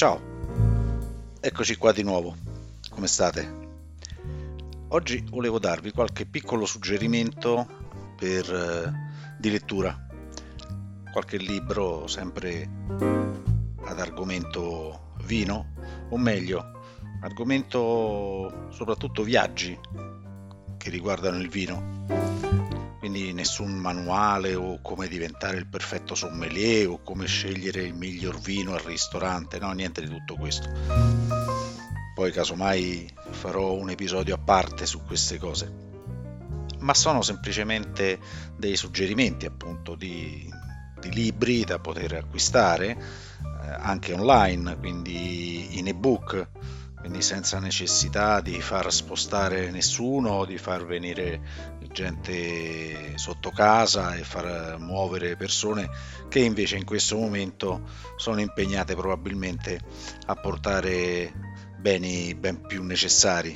Ciao, eccoci qua di nuovo. Come state? Oggi volevo darvi qualche piccolo suggerimento di lettura, qualche libro sempre ad argomento vino, o meglio, argomento soprattutto viaggi che riguardano il vino. Quindi nessun manuale o come diventare il perfetto sommelier o come scegliere il miglior vino al ristorante, no, niente di tutto questo. Poi casomai farò un episodio a parte su queste cose, ma sono semplicemente dei suggerimenti appunto di libri da poter acquistare anche online, quindi in ebook, quindi senza necessità di far spostare nessuno, di far venire gente sotto casa e far muovere persone che invece in questo momento sono impegnate probabilmente a portare beni ben più necessari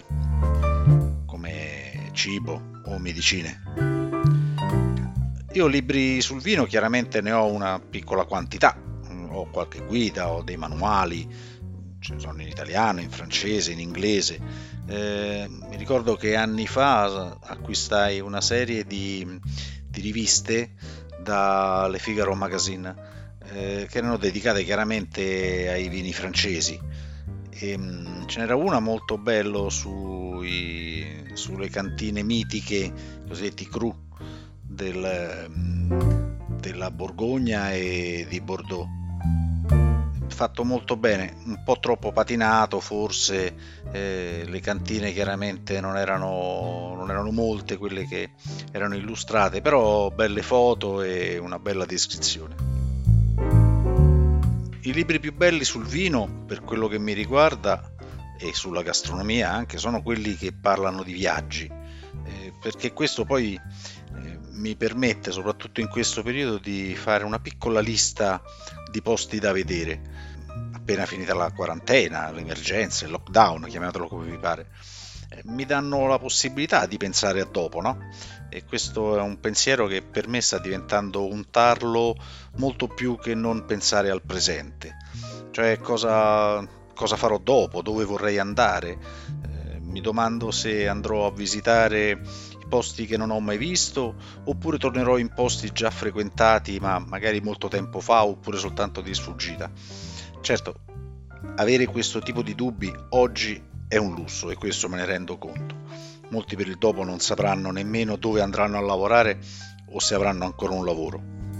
come cibo o medicine. Io libri sul vino chiaramente ne ho una piccola quantità, ho qualche guida, ho dei manuali, ce ne sono in italiano, in francese, in inglese. Mi ricordo che anni fa acquistai una serie di riviste da Le Figaro Magazine che erano dedicate chiaramente ai vini francesi. Ce n'era una molto bello sulle cantine mitiche, i cosiddetti cru della Borgogna e di Bordeaux. Fatto molto bene, un po' troppo patinato forse, le cantine chiaramente non erano molte quelle che erano illustrate, però belle foto e una bella descrizione. I libri più belli sul vino, per quello che mi riguarda, e sulla gastronomia anche, sono quelli che parlano di viaggi, perché questo poi mi permette, soprattutto in questo periodo, di fare una piccola lista di posti da vedere, appena finita la quarantena, l'emergenza, il lockdown, chiamatelo come vi pare. Mi danno la possibilità di pensare a dopo, no? E questo è un pensiero che per me sta diventando un tarlo molto più che non pensare al presente, cioè cosa farò dopo, dove vorrei andare. Mi domando se andrò a visitare i posti che non ho mai visto oppure tornerò in posti già frequentati ma magari molto tempo fa oppure soltanto di sfuggita. Certo, avere questo tipo di dubbi oggi è un lusso e questo me ne rendo conto. Molti per il dopo non sapranno nemmeno dove andranno a lavorare o se avranno ancora un lavoro.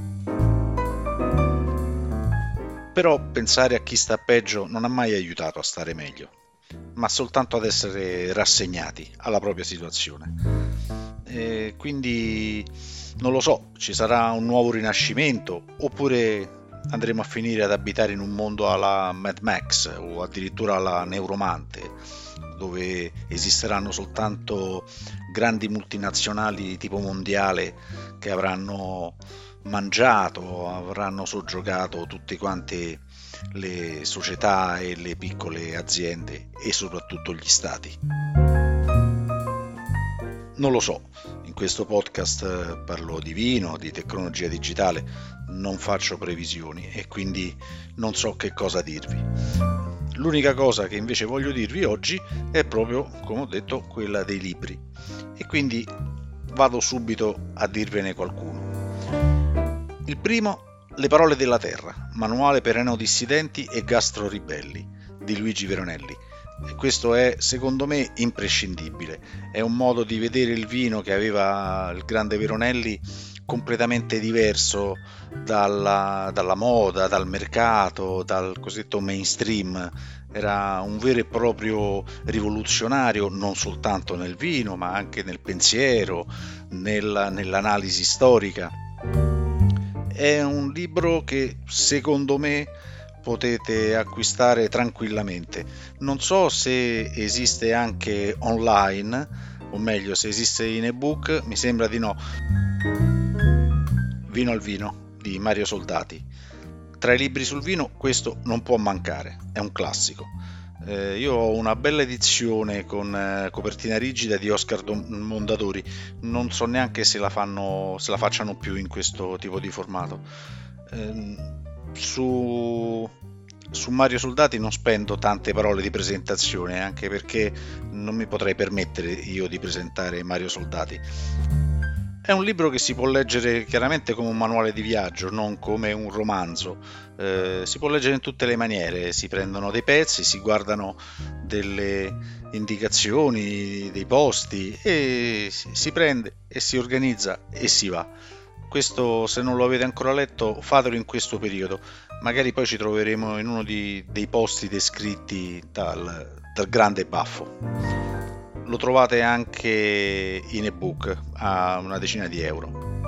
Però pensare a chi sta peggio non ha mai aiutato a stare meglio, ma soltanto ad essere rassegnati alla propria situazione. E quindi non lo so, ci sarà un nuovo rinascimento oppure andremo a finire ad abitare in un mondo alla Mad Max o addirittura alla Neuromante, dove esisteranno soltanto grandi multinazionali tipo mondiale che avranno mangiato, avranno soggiogato tutte quante le società e le piccole aziende e soprattutto gli stati. Non lo so, in questo podcast parlo di vino, di tecnologia digitale, non faccio previsioni e quindi non so che cosa dirvi. L'unica cosa che invece voglio dirvi oggi è proprio, come ho detto, quella dei libri e quindi vado subito a dirvene qualcuno. Il primo, Le parole della terra, manuale per enodissidenti e gastroribelli di Luigi Veronelli. E questo è secondo me imprescindibile, è un modo di vedere il vino che aveva il grande Veronelli completamente diverso dalla moda, dal mercato, dal cosiddetto mainstream. Era un vero e proprio rivoluzionario non soltanto nel vino ma anche nel pensiero, nell'analisi storica. È un libro che secondo me potete acquistare tranquillamente. Non so se esiste anche online, o meglio se esiste in ebook, mi sembra di no. Vino al vino di Mario Soldati. Tra i libri sul vino questo non può mancare, è un classico. Io ho una bella edizione con copertina rigida di Oscar Mondadori, non so neanche se la facciano più in questo tipo di formato. Su Su Mario Soldati non spendo tante parole di presentazione, anche perché non mi potrei permettere io di presentare Mario Soldati. È un libro che si può leggere chiaramente come un manuale di viaggio, non come un romanzo. Si può leggere in tutte le maniere, si prendono dei pezzi, si guardano delle indicazioni, dei posti e si prende e si organizza e si va. Questo, se non lo avete ancora letto, fatelo in questo periodo. Magari poi ci troveremo in uno dei posti descritti dal grande baffo. Lo trovate anche in ebook a una decina di euro.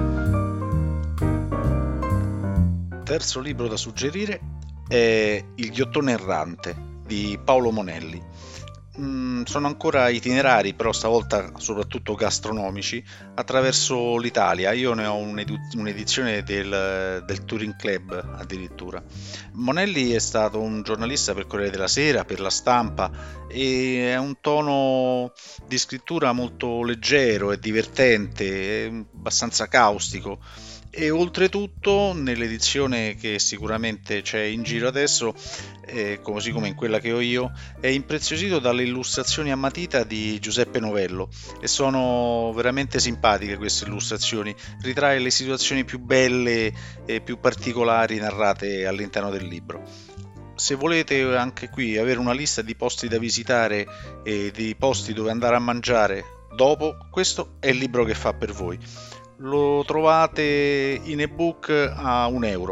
Terzo libro da suggerire è Il ghiottone errante di Paolo Monelli. Sono ancora itinerari, però stavolta soprattutto gastronomici, attraverso l'Italia. Io ne ho un'edizione del Touring Club addirittura. Monelli è stato un giornalista per Corriere della Sera, per La Stampa, e ha un tono di scrittura molto leggero e divertente, abbastanza caustico. E oltretutto nell'edizione che sicuramente c'è in giro adesso, così come in quella che ho io, è impreziosito dalle illustrazioni a matita di Giuseppe Novello e sono veramente simpatiche queste illustrazioni, ritrae le situazioni più belle e più particolari narrate all'interno del libro. Se volete anche qui avere una lista di posti da visitare e di posti dove andare a mangiare dopo, questo è il libro che fa per voi. Lo trovate in ebook a €1.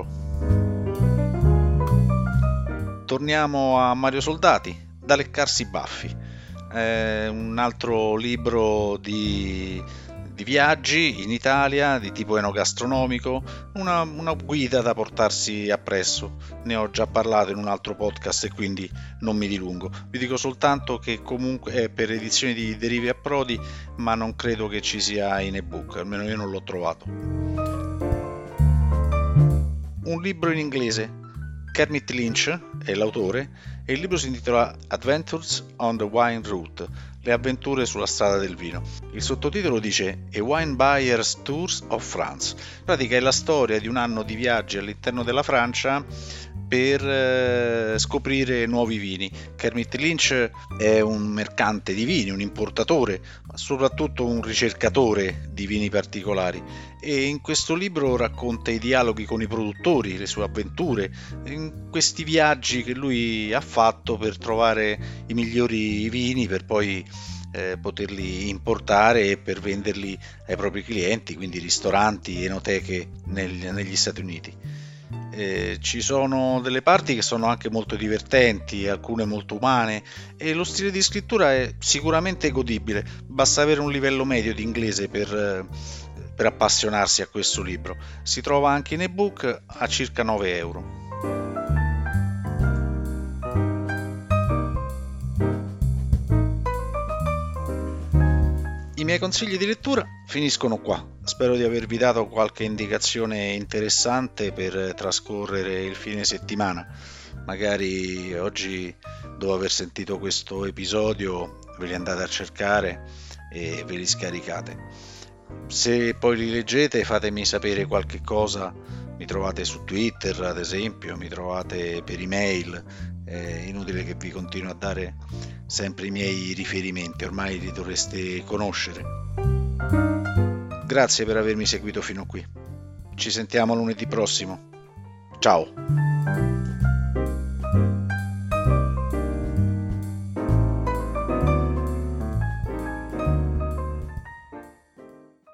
Torniamo a Mario Soldati, Da leccarsi i baffi. È un altro libro di viaggi in Italia, di tipo enogastronomico, una guida da portarsi appresso. Ne ho già parlato in un altro podcast e quindi non mi dilungo. Vi dico soltanto che comunque è per edizioni di Derivi Approdi, ma non credo che ci sia in ebook, almeno io non l'ho trovato. Un libro in inglese. Kermit Lynch è l'autore e il libro si intitola Adventures on the Wine Route, le avventure sulla strada del vino. Il sottotitolo dice A Wine Buyer's Tours of France. In pratica è la storia di un anno di viaggi all'interno della Francia per scoprire nuovi vini. Kermit Lynch è un mercante di vini, un importatore, ma soprattutto un ricercatore di vini particolari, e in questo libro racconta i dialoghi con i produttori, le sue avventure, in questi viaggi che lui ha fatto per trovare i migliori vini per poi poterli importare e per venderli ai propri clienti, quindi ristoranti, enoteche negli Stati Uniti. Ci sono delle parti che sono anche molto divertenti, alcune molto umane, e lo stile di scrittura è sicuramente godibile. Basta avere un livello medio di inglese per appassionarsi a questo libro. Si trova anche in ebook a circa €9. I miei consigli di lettura finiscono qua. Spero di avervi dato qualche indicazione interessante per trascorrere il fine settimana. Magari oggi, dopo aver sentito questo episodio, ve li andate a cercare e ve li scaricate. Se poi li leggete, fatemi sapere qualche cosa. Mi trovate su Twitter, ad esempio, mi trovate per email. È inutile che vi continuo a dare sempre i miei riferimenti, ormai li dovreste conoscere. Grazie per avermi seguito fino qui. Ci sentiamo lunedì prossimo. Ciao!